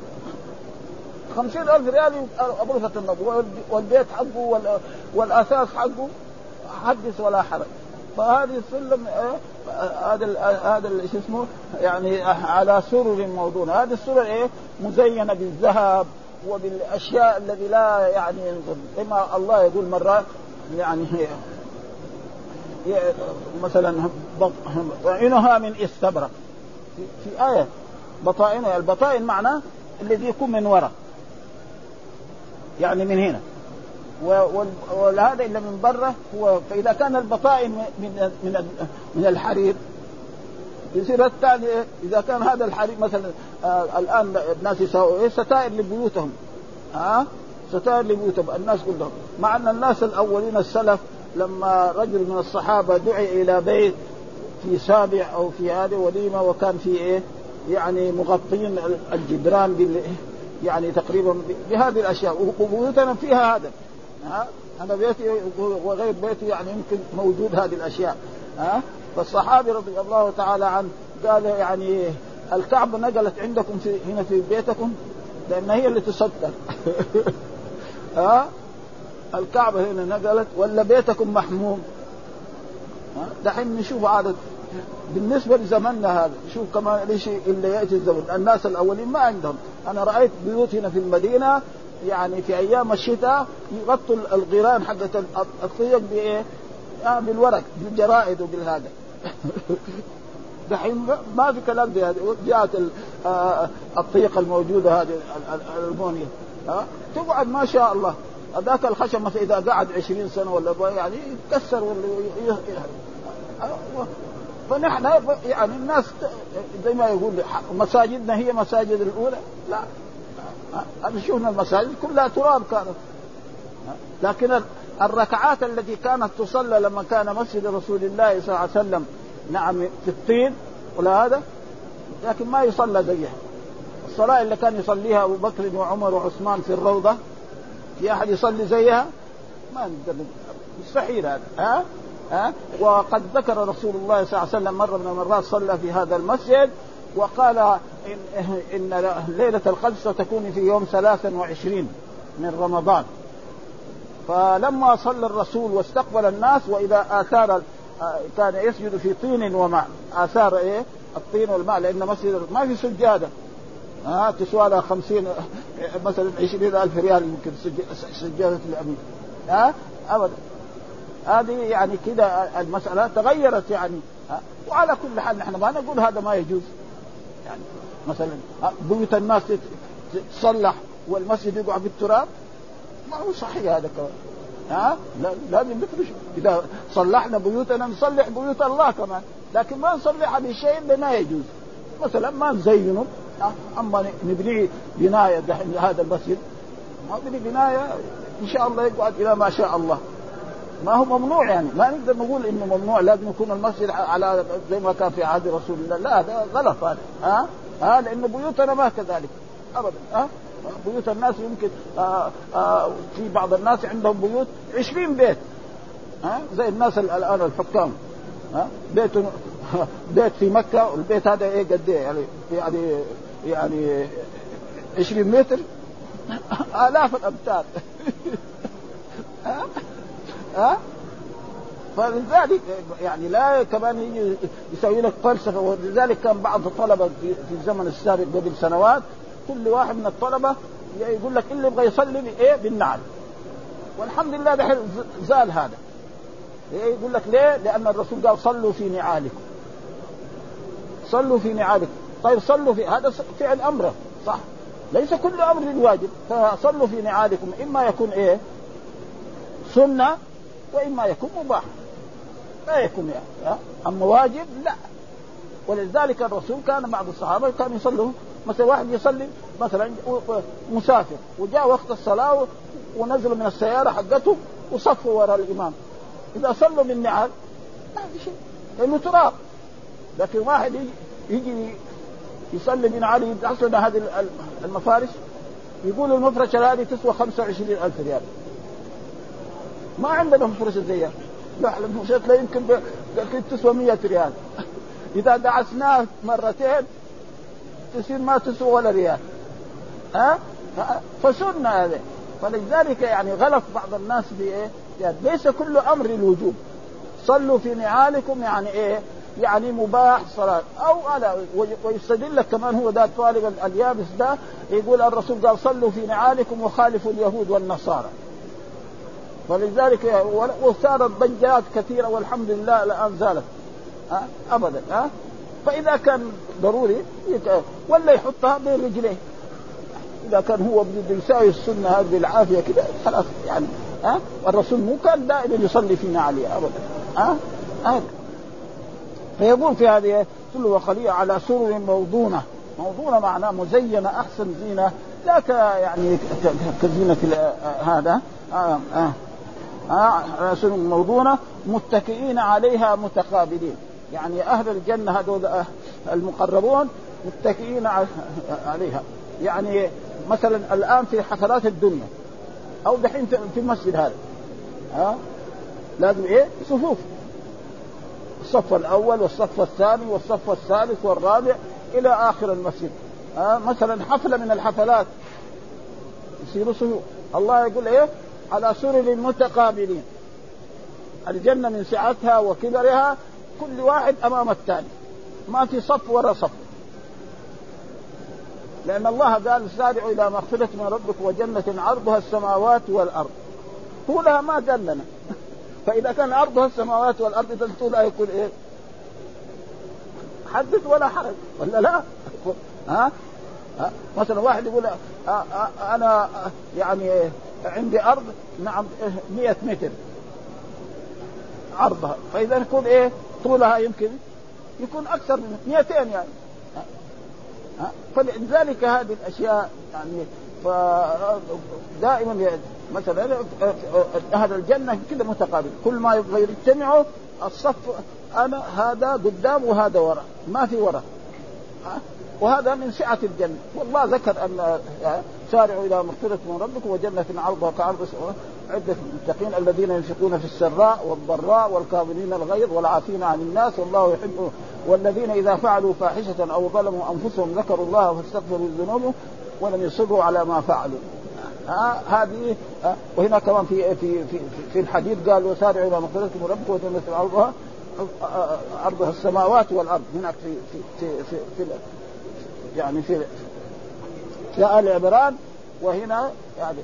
خمسين ألف ريال غرفة النوم، والبيت حقه والأساس حقه حدث ولا حرج. فهذه السلم هذا هذا شو اسمه يعني على سرر موضونة. هذه السرر ايه مزينة بالذهب وبالاشياء الذي لا يعني كما الله يقول مرات يعني مثلا بطائنها من استبرق في, في آية بطائنها. البطائن معناه الذي يكون من وراء يعني من هنا وهذا إلا من برة هو. فإذا كان البطائن من من من الحرير يصير الثاني إذا كان هذا الحرير مثلا آه الآن الناس يساووا إيه ستائر لبيوتهم ها آه؟ ستائر لبيوتهم الناس كلهم. مع أن الناس الأولين السلف لما رجل من الصحابة دعي إلى بيت في سابع أو في هذه وليمة وكان في إيه يعني مغطين الجدران بال يعني تقريبا بهذه الأشياء وبيوتنا فيها هذا ها أنا بيتي وغير بيتي يعني يمكن موجود هذه الأشياء ها. فالصحابي رضي الله تعالى عنه قال يعني الكعبة نقلت عندكم في هنا في بيتكم لأن هي اللي تصدر ها الكعبة هنا نقلت ولا بيتكم محموم. دحين نشوف عادة بالنسبة لزمننا هذا شوف كمان ليش اللي يأتي الزمن. الناس الأولين ما عندهم. أنا رأيت بيوت هنا في المدينة يعني في أيام الشتاء يغطوا الغيران حقة الطيق بإيه آه بالورق بالجرائد وبالهذا دحين ما في كلام دي هذه. جاءت الطيق الموجودة هذه الألمونيا ها تقعد ما شاء الله. هذاك الخشب مثلا إذا قعد عشرين سنة ولا يعني يتكسر ولا فنحن يعني الناس زي ما يقول مساجدنا هي مساجد الأولى لا. هذا شوفنا المساجد كلها تراب كانت. لكن الركعات التي كانت تصلى لما كان مسجد رسول الله صلى الله عليه وسلم نعم في الطين ولا هذا لكن ما يصلى زيها. الصلاة اللي كان يصليها أبو بكر وعمر وعثمان في الروضة في أحد يصلي زيها ما نقدر مستحيل هذا ها ها. وقد ذكر رسول الله صلى الله عليه وسلم مرة من المرات صلى في هذا المسجد وقال إن, إن ليلة القدر ستكون في يوم ثلاثة وعشرين من رمضان. فلما صلى الرسول واستقبل الناس وإذا آثار كان يسجد في طين وماء آثار إيه الطين والماء لأن مسجد ما في سجادة ها تسوى لها خمسين مثلا عشرين ألف ريال يمكن سجادة الأمين ها أبدا. هذه يعني كده المسألة تغيرت يعني. وعلى كل حال نحن ما نقول هذا ما يجوز يعني مثلا بيوت الناس تصلح والمسجد يقع بالتراب ما هو صحيح هذا كمان ها لازم نفرش. إذا صلحنا بيوتنا نصلح بيوت الله كمان لكن ما نصلح بشيء اللي ما يجوز. مثلا ما نزينه أما نبني بناية هذا المسجد نبني بناية إن شاء الله يقعد إلى ما شاء الله ما هو ممنوع يعني ما نقدر نقول إنه ممنوع لازم يكون المسجد على زي ما كان في عهد رسول الله لا هذا غلط هذا ها ها لأن بيوتنا ما كذلك أبدا ها. بيوت الناس يمكن آآ آآ في بعض الناس عندهم بيوت عشرين بيت ها زي الناس الآن الحكام ها بيت بيت في مكة والبيت هذا إيه قد إيه يعني يعني يعني عشرين متر آلاف الأمتار ها ها. فلذلك يعني لا كمان يجي يسوي لك فلسفة. ولذلك كان بعض الطلبة في الزمن السابق قبل سنوات كل واحد من الطلبة يقول لك اللي يبغى يصلي إيه بالنعل. والحمد لله دحين زال هذا إيه يقول لك ليه لأن الرسول قال صلوا في نعالكم صلوا في نعالكم. طيب صلوا في هذا فعل أمره صح ليس كل أمر واجب. فصلوا في نعالكم إما يكون إيه سنة وإما يكون مباح لا يكون يعني أما واجب لا. ولذلك الرسول كان بعض الصحابة كانوا يصلوا مثلا واحد يصلي مثلا مسافر وجاء وقت الصلاة ونزلوا من السيارة حقته وصفوا وراء الإمام إذا صلوا بالنعال ما في شيء لأنه تراب. لكن واحد يجي يصلي بنعال يحصل هذه المفارش يقول المفرشة هذه تسوى خمسة وعشرين ألف ريال ما عندنا مفرشة زيها لا المفرشة لا يمكن تسوى مية ريال إذا دعسناه مرتين تصير ما تسوى ولا ريال ها فسنة هذا. فلذلك يعني غلط بعض الناس بإيه يعني ليس كل أمر الوجوب صلوا في نعالكم يعني إيه؟ يعني مباح صلاة أو على. ويستدل لك كمان هو ده الطالب اليابس ده يقول الرسول قال صلوا في نعالكم وخالفوا اليهود والنصارى. فلذلك وصارت ضجات كثيرة والحمد لله الآن زالت أه؟ أبدا أه؟ فإذا كان ضروري ولا يحطها بين رجليه إذا كان هو بده يساوي السنة هذه بالعافية كده خلاص يعني أه؟ والرسول مو كان دائما يصلي في نعاليه أبدا أه؟ أه؟ فيقول في هذه كل وخلية على سرر موضونة. موضونة معناه مزينة أحسن زينة لا ك يعني كزينة هذا آه آه آه على سرر موضونة متكئين عليها متقابلين. يعني أهل الجنة هذول المقربون متكئين عليها. يعني مثلا الآن في حفلات الدنيا أو دحين في المسجد هذا آه لازم إيه صفوف الصف الأول والصف الثاني والصف الثالث والرابع إلى آخر المسجد. آه مثلا حفلة من الحفلات يصيروا صفوف. الله يقول إيه على سرر متقابلين. الجنة من سعتها وكبرها كل واحد أمام الثاني ما في صف ولا صف. لأن الله قال سارعوا إلى مغفرة من ربك وجنة عرضها السماوات والأرض. هو لها ما قال لنا. فإذا كان عرضها السماوات والأرض تقول لا يكون إيه حدث ولا حرج ولا لا. ها أه؟ مثلا واحد يقول أه أه أنا يعني عندي أرض نعم مئة متر عرضها فإذا يكون إيه طولها يمكن يكون أكثر من مئتين يعني. أه؟ فلذلك هذه الأشياء يعني دائما مثلا أهل الجنة كده متقابل كل ما يبغى يجتمعوا الصف أنا هذا قدام وهذا وراء ما في وراء. وهذا من سعة الجنة. والله ذكر أن سارعوا إلى مغفرة من ربكم وجنة عرضها كعرض عدة المتقين الذين ينفقون في السراء والضراء والكاظمين الغيظ والعافين عن الناس والله يحب والذين إذا فعلوا فاحشة أو ظلموا أنفسهم ذكروا الله فاستغفروا ذنوبهم ولم يصروا على ما فعلوا. آه هذه آه وهنا كمان في في في في الحديث قال وسارعوا إلى مغفرة من ربكم وجنة عرضها عرضها السماوات والأرض. هناك في في في, في, في يعني في في آل عمران وهنا يعني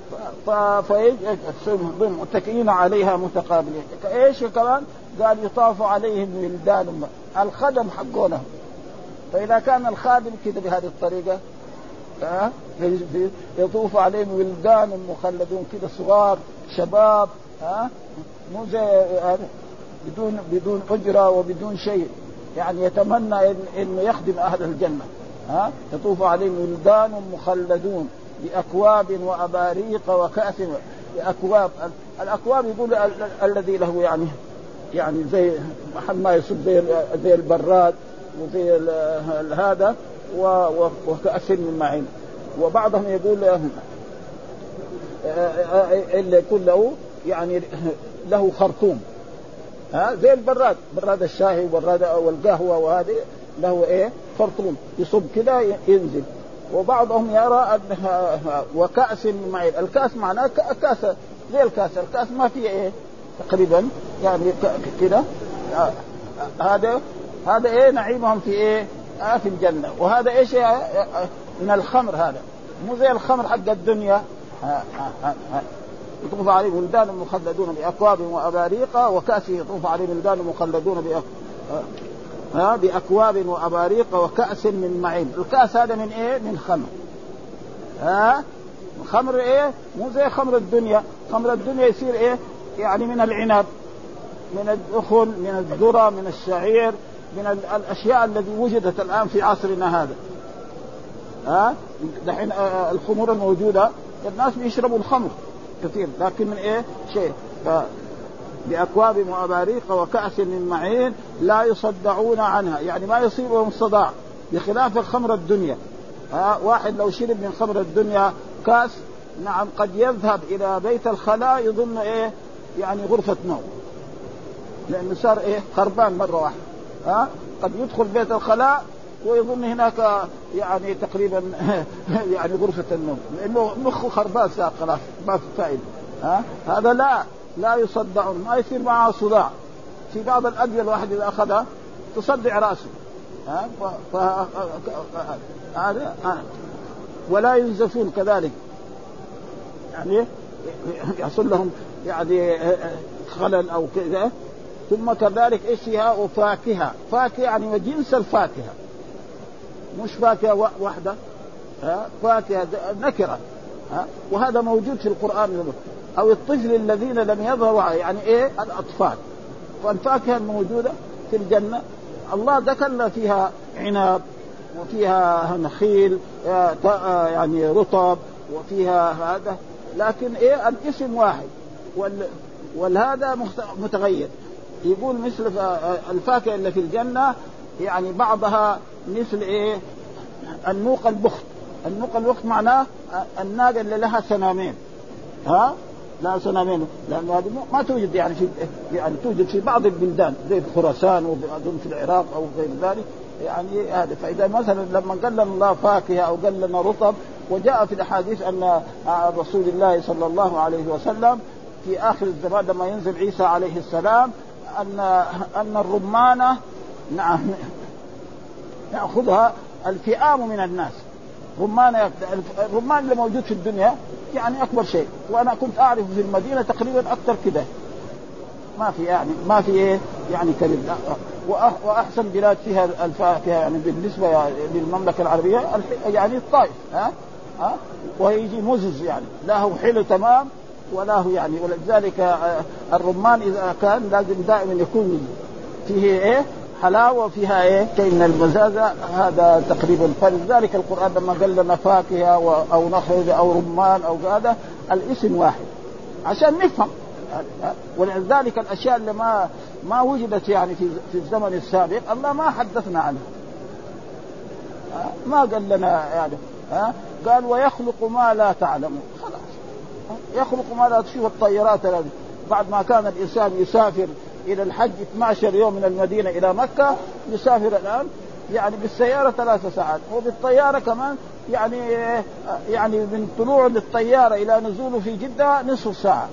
فيجب متكئين عليها متقابلين. ايش كمان قال يطاف عليهم ولدان الخدم حقونهم. فإذا كان الخادم كده بهذه الطريقة ها يطوف عليهم ولدان مخلدون كده صغار شباب ها مو زي بدون بدون أجرة وبدون شيء يعني يتمنى إنه يخدم أهل الجنة. ها يطوف عليهم ولدان مخلدون بأكواب وأباريق وكأس. بأكواب الأكواب يقول الذي له يعني يعني زي محل ما يصب زي زي البراد وزي هذا وكأس من معين. وبعضهم يقول اللي يكون له يعني له خرطوم ها زي البراد براد الشاي والبراد والقهوة وهذه له ايه خرطوم يصب كده ينزل. وبعضهم يرى أنها وكأس من معين. الكأس معناه كأس زي الكأس. الكأس ما فيه ايه تقريبا يعني كده هذا هذا ايه نعيمهم في ايه آه في الجنة. وهذا ايش من الخمر هذا مو زي الخمر حق الدنيا. يطوف عليهم ولدان مخلدون بأكواب وأباريق وكأس. يطوف عليهم ولدان مخلدون بأكواب ها بأكواب وأباريق وكأس من معين. الكأس هذا من إيه من خمر. ها خمر إيه مو زي خمر الدنيا. خمر الدنيا يصير إيه يعني من العنب من الدخن من الذرة من الشعير من الأشياء التي وجدت الآن في عصرنا هذا. ها دحين الخمور الموجودة الناس بيشربوا الخمر كثير لكن من إيه شيء بأكواب وأباريق وكأس من معين لا يصدعون عنها يعني ما يصيبهم صداع بخلاف الخمر الدنيا. ها واحد لو شرب من خمر الدنيا كاس نعم قد يذهب إلى بيت الخلاء يظن إيه يعني غرفة نوم لأنه صار إيه خربان مرة واحدة. ها قد يدخل بيت الخلاء ويظن هناك يعني تقريبا يعني غرفة النوم لأنه مخه خربان صار خلاص ما في فائدة. ها هذا لا لا يصدعون ما يصير معه صداع في بعض الأدوية الواحد إذا أخذها تصدع رأسه ها ف... هذا ولا ينزفون كذلك يعني يحصل لهم يعني خلل أو كذا. ثم كذلك إيش فيها وفاكهة فاكهة يعني وجنس الفاكهة مش فاكهة واحدة ها فاكهة نكرة ها وهذا موجود في القرآن. أو الطفل الذين لم يظهروا يعني إيه الأطفال. والفاكهة الموجودة في الجنة الله ذكر فيها عنب وفيها نخيل يعني رطب وفيها هذا لكن إيه الاسم واحد والهذا متغير. يقول مثل الفاكهة اللي في الجنة يعني بعضها مثل إيه النوق البخت. النوق البخت معناه الناقة اللي لها سنامين ها لا سنامين لأن هذه ما توجد يعني في يعني توجد في بعض البلدان زي خراسان وأظن في العراق أو غير ذلك يعني هذا. فإذا مثلا لما قال لنا الله فاكهة أو قال لنا رطب وجاء في الأحاديث أن رسول الله صلى الله عليه وسلم في آخر الزمان لما ينزل عيسى عليه السلام أن أن الرمانة نعم يأخذها الفئام من الناس. رمان الرمان اللي موجود في الدنيا يعني أكبر شيء وأنا كنت أعرف في المدينة تقريبا أكثر كده ما في يعني ما في إيه يعني كريم. وأحسن بلاد فيها الفاكهة يعني بالنسبة للمملكة العربية يعني الطائف ها ها ويجي مزز يعني لا هو حلو تمام ولا هو يعني. ولذلك الرمان إذا كان لازم دائما يكون فيه إيه حلاوة فيها إيه كأن المزازة هذا تقريبا. فلذلك القرآن لما قال لنا فاكهة أو نخل أو رمان أو هذا الاسم واحد عشان نفهم. ولذلك الأشياء اللي ما ما وجدت يعني في في الزمن السابق الله ما حدثنا عنها ما قال لنا يعني ها قال ويخلق ما لا تعلمون. خلاص يخلق ما لا تشوف. الطيارات هذه بعد ما كان الإنسان يسافر إلى الحج اثني عشر يوم من المدينة إلى مكة يسافر الآن يعني بالسيارة ثلاثة ساعات وبالطيارة كمان يعني يعني من طلوع للطيارة إلى نزوله في جدة نصف ساعة.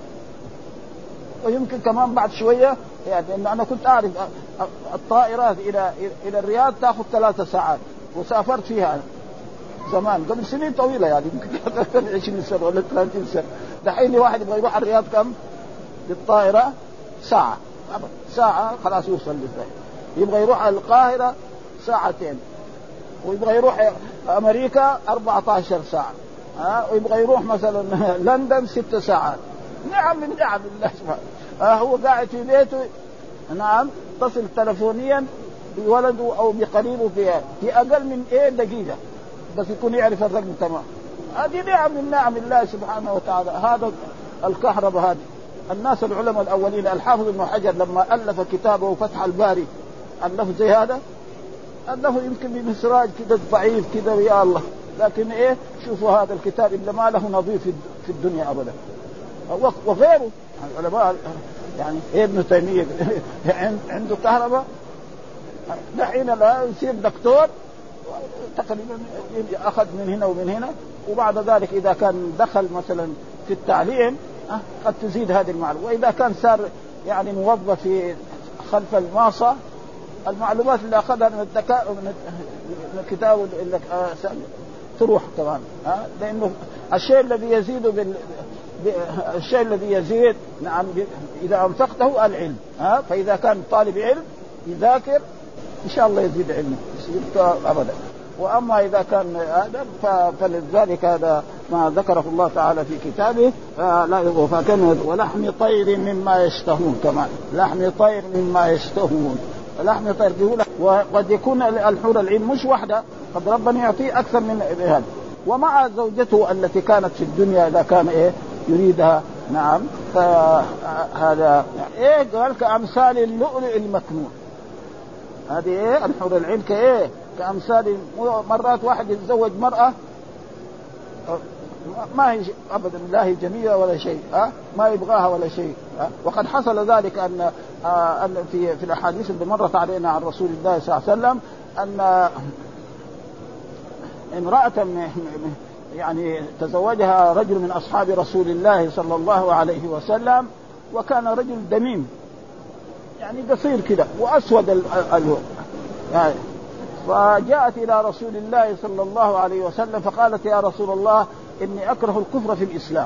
ويمكن كمان بعد شوية يعني إن أنا كنت أعرف الطائرات إلى إلى الرياض تأخذ ثلاثة ساعات وسافرت فيها زمان قبل سنين طويلة يعني يمكن عشرين سنة ولا ثلاثين سنة. دحين واحد يبغى يروح الرياض كم بالطائرة ساعة ساعة خلاص يوصل للرياض. يبغى يروح القاهرة ساعتين ويبغى يروح أمريكا أربعة عشر ساعة ها ويبغى يروح مثلا لندن ست ساعات. نعم من نعم الله سبحانه. آه هو قاعد في بيته نعم تصل تلفونيا بولده أو بقريبه في في أقل من إيه دقيقة بس يكون يعرف الرقم تمام. هذه نعم من نعم الله سبحانه وتعالى. هذا الكهرباء هذه الناس العلماء الأولين الحافظ ابن حجر لما ألف كتابه فتح الباري ألفه زي هذا ألفه يمكن بمسراج كده ضعيف كده يا الله. لكن إيه شوفوا هذا الكتاب إلا ما له نظير في الدنيا أبدا. وغيره العلماء يعني ابن تيمية عنده كهرباء دحين لا يصير دكتور تقريبا أخذ من هنا ومن هنا. وبعد ذلك إذا كان دخل مثلا في التعليم قد تزيد هذه المعلومة. وإذا كان صار يعني موظف في خلف الماصة المعلومات اللي أخذها من الذكاء من الكتاب اللي تروح كمان ها لأنه الشيء الذي يزيد بال الشيء الذي يزيد نعم إذا أنفقته العلم ها. فإذا كان طالب علم يذاكر إن شاء الله يزيد علمه أبدا. وأما إذا كان هذا فلذلك هذا ما ذكره الله تعالى في كتابه لا فكان ولحم طير مما يشتهون كمان لحم طير مما يشتهون. لحم طير بيقول وقد يكون الحور العين مش واحدة قد ربنا يعطيه أكثر من هذا. ومع زوجته التي كانت في الدنيا إذا كان إيه يريدها نعم فهذا إيه قال كأمثال اللؤلؤ المكنون. هذه إيه الحور العين كإيه كأمثال مرات واحد يتزوج مرأة ما هي أبدا لا هي جميلة ولا شيء أه؟ ما يبغاها ولا شيء أه؟ وقد حصل ذلك أن, آه أن في, في الأحاديث اللي مرت علينا عن رسول الله صلى الله عليه وسلم أن امرأة يعني تزوجها رجل من أصحاب رسول الله صلى الله عليه وسلم وكان رجل دميم يعني قصير كده وأسود الوجه يعني. فجاءت إلى رسول الله صلى الله عليه وسلم فقالت يا رسول الله إني أكره الكفر في الإسلام.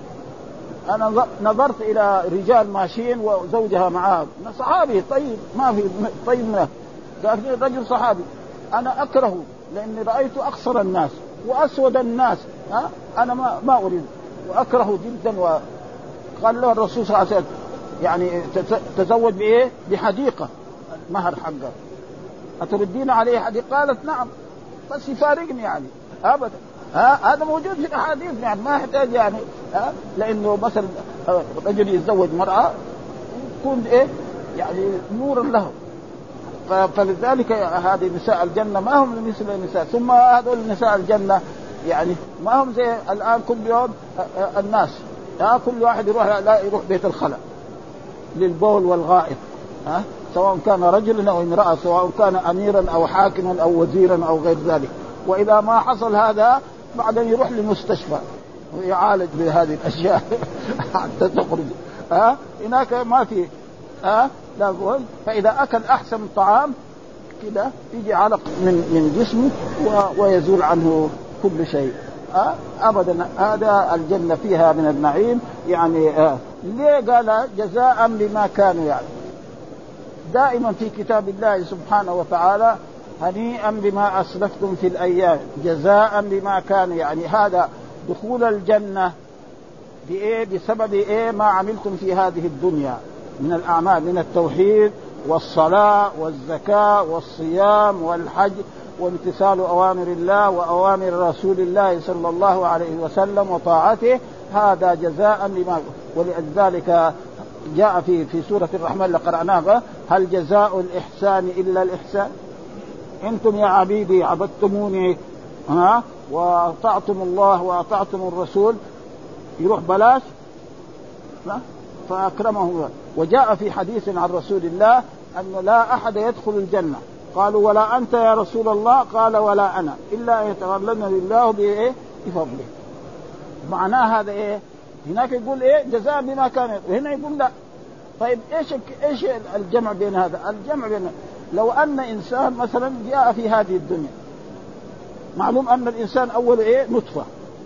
أنا نظرت إلى رجال ماشيين وزوجها معاه صحابي طيب ما في طيب منه، قال رجل صحابي أنا أكره لأني رأيت أخسر الناس وأسود الناس ها أنا ما ما أريد وأكره جدا. وقال له الرسول صلى الله عليه وسلم يعني تزوج بإيه؟ بحديقة مهر حقه أتردين عليه حديقة؟ قالت نعم بس يفارقني يعني أبدا. ها هذا موجود في الأحاديث يعني ما يحتاج يعني ها لأنه مثلا رجل يتزوج مرأة يكون إيه يعني نورا له. فلذلك هذه نساء الجنة ما هم مثل النساء. ثم هذول نساء الجنة يعني ما هم زي الآن كل يوم الناس ها كل واحد يروح لا يروح بيت الخلاء للبول والغائط ها سواء كان رجلا أو امرأة سواء كان أميرا أو حاكما أو وزيرا أو غير ذلك. وإذا ما حصل هذا بعدين يروح للمستشفى ويعالج بهذه الأشياء حتى تخرج ها هناك ما في ها لا. فإذا أكل أحسن طعام كده يجي علق من من جسمه ويزول عنه كل شيء أه؟ أبدا. هذا الجنة فيها من النعيم يعني أه. ليه قال جزاء بما كانوا يعني دائما في كتاب الله سبحانه وتعالى هنيئا بما أسلفتم في الأيام جزاء بما كانوا يعني هذا دخول الجنة بإيه بسبب إيه ما عملتم في هذه الدنيا من الأعمال من التوحيد والصلاة والزكاة والصيام والحج وامتثال أوامر الله وأوامر رسول الله صلى الله عليه وسلم وطاعته هذا جزاء لما. ولذلك جاء في في سورة الرحمن اللي قرأناها هل جزاء الإحسان إلا الإحسان أنتم يا عبيدي عبدتموني ها وأطعتم الله وأطعتم الرسول يروح بلاش لا فأكرمه. وجاء في حديث عن رسول الله أن لا أحد يدخل الجنة قالوا ولا أنت يا رسول الله قال ولا أنا إلا أن يتغلبنا لله بإيه بفضله. معناه هذا إيه هناك يقول إيه جزاء بما كان وهنا يقول لا. طيب إيش إيش الجمع بين هذا؟ الجمع بين لو أن إنسان مثلا جاء في هذه الدنيا معلوم أن الإنسان أول إيه نطفة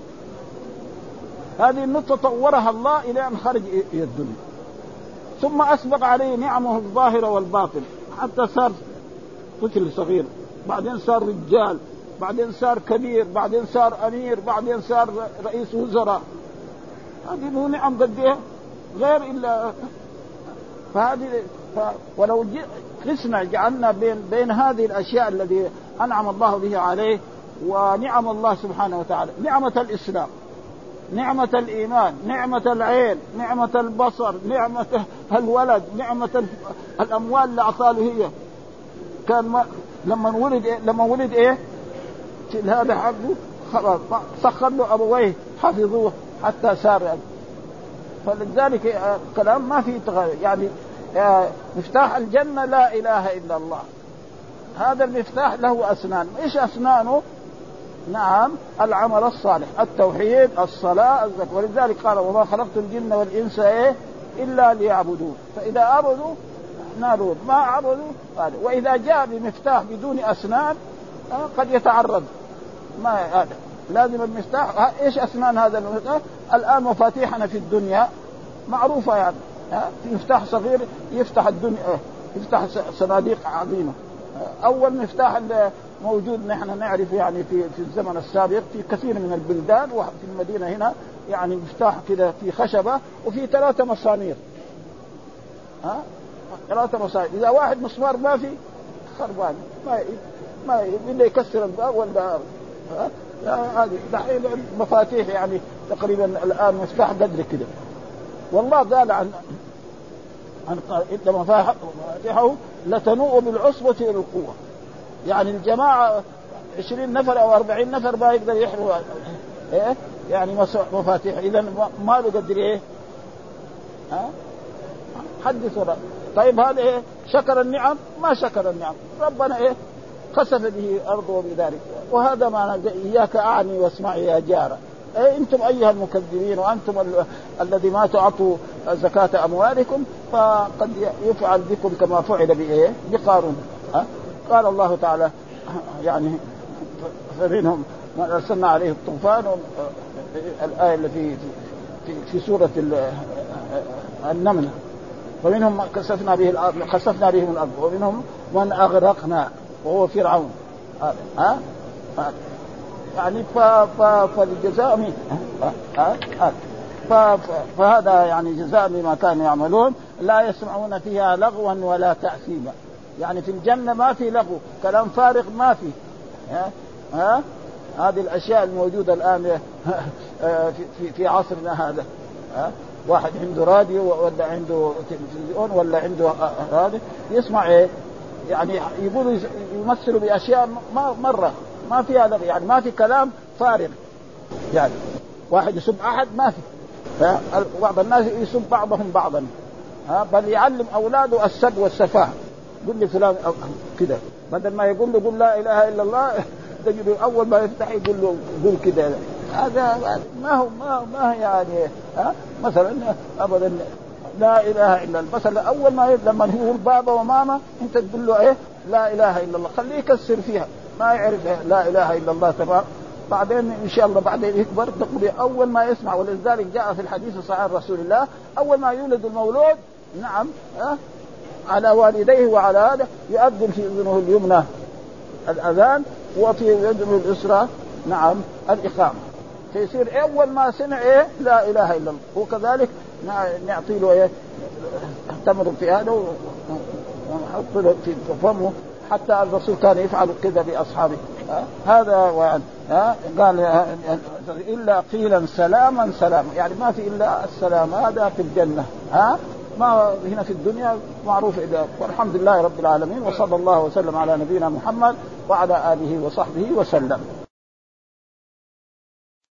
هذه النطفة طورها الله إلى أن خرج إلى الدنيا ثم أسبق عليه نعمه الظاهرة والباطن حتى صار طفل صغير بعدين صار رجال بعدين صار كبير بعدين صار أمير بعدين صار رئيس وزراء. هذه نعم قد إيه غير إلا فهذه ف... ولو قسنا جعلنا بين بين هذه الأشياء التي أنعم الله به عليه ونعم الله سبحانه وتعالى نعمة الإسلام نعمة الإيمان نعمة العين نعمة البصر نعمة الولد نعمة الأموال اللي أعطاله هي كان ما لما ولد إيه لما ولد إيه هذا حقه خلاص سخر له أبويه حفظوه حتى صار يعني. فلذلك كلام ما في تغير يعني مفتاح الجنة لا إله إلا الله. هذا المفتاح له أسنان. إيش أسنانه؟ نعم العمل الصالح التوحيد الصلاة الزكاة. ولذلك قال وما خلقت الجن والإنس إيه إلا ليعبدون. فإذا عبدوا نالوا ما عبدوا. وإذا جاء بمفتاح بدون أسنان قد يتعرض ما هذا لازم المفتاح. إيش أسنان هذا المفتاح؟ الآن مفاتيحنا في الدنيا معروفة يعني في مفتاح صغير يفتح الدنيا يفتح صناديق عظيمة. أول مفتاح موجود نحن نعرف يعني في في الزمن السابق في كثير من البلدان وفي المدينة هنا يعني مفتاح كده في خشبة وفي ثلاثة مسامير ها ثلاثة مسامير. إذا واحد مسمار ما في خربان ما ما إلا يكسر الباب والباب ها هذه دحين مفاتيح يعني تقريبا الآن مفتاح قدر كده. والله قال عن عن إن مفاتيحه لتنوء بالعصبة إلى القوة. يعني الجماعة عشرين نفر أو أربعين نفر ما يقدر يحروا إيه يعني مفاتيح. إذا ما له قدر إيه ها حدث ولا. طيب هذا إيه شكر النعم ما شكر النعم ربنا إيه خسف به أرضه بذلك. وهذا معنى إياك أعني واسمعي يا جارة. إيه أنتم أيها المكذبين وأنتم ال... الذي ما تعطوا زكاة أموالكم فقد يفعل بكم كما فعل بإيه بقارون. ها قال الله تعالى يعني فمنهم من أرسلنا عليه الطوفان، الآية التي في في سورة النمل، ومنهم من كسفنا به الأرض خسفنا بهم الأرض ومنهم من أغرقنا وهو فرعون. ها يعني فالجزاء مين؟ فهذا يعني جزاء بما كانوا يعملون. لا يسمعون فيها لغوا ولا تأثيما، يعني في الجنة ما في لغو، كلام فارغ ما في. ها ها هذه الأشياء الموجودة الآن في في عصرنا هذا. ها واحد عنده راديو ولا عنده تلفزيون ولا عنده هذا يسمع ايه يعني يقولوا يمثلوا بأشياء ما مرة ما فيها لغو، يعني ما في كلام فارغ. يعني واحد يسب أحد ما في، بعض الناس يسب بعضهم بعضا. ها بل يعلم أولاده السب والسفاهة، قل لي فلان كده بدل ما يقول له قل لا إله إلا الله تجد أول ما يفتح يقول له قل كده. هذا ما هو ما ما يعني ها مثلا أبدا لا إله إلا الله، مثلا أول ما لما يقول بابا وماما أنت تقول له إيه لا إله إلا الله، خليه يكسر فيها ما يعرف لا إله إلا الله تمام. بعدين إن شاء الله بعدين يكبر تقول أول ما يسمع. ولذلك جاء في الحديث الصحيح رسول الله أول ما يولد المولود نعم ها على والديه وعلى هذا يؤذن في أذنه اليمنى الأذان وفي أذنه اليسرى نعم الإقامة، فيصير أول ما سمع إيه لا إله إلا الله. وكذلك نعطي له إيه تمر في هذا ونحط له في فمه، حتى الرسول كان يفعل كذا بأصحابه. هذا وعن ها قال إلا قيلا سلاما سلاما، يعني ما في إلا السلام هذا في الجنة. ها ما هنا في الدنيا معروف إذا. والحمد لله رب العالمين، وصلى الله وسلم على نبينا محمد وعلى آله وصحبه وسلم.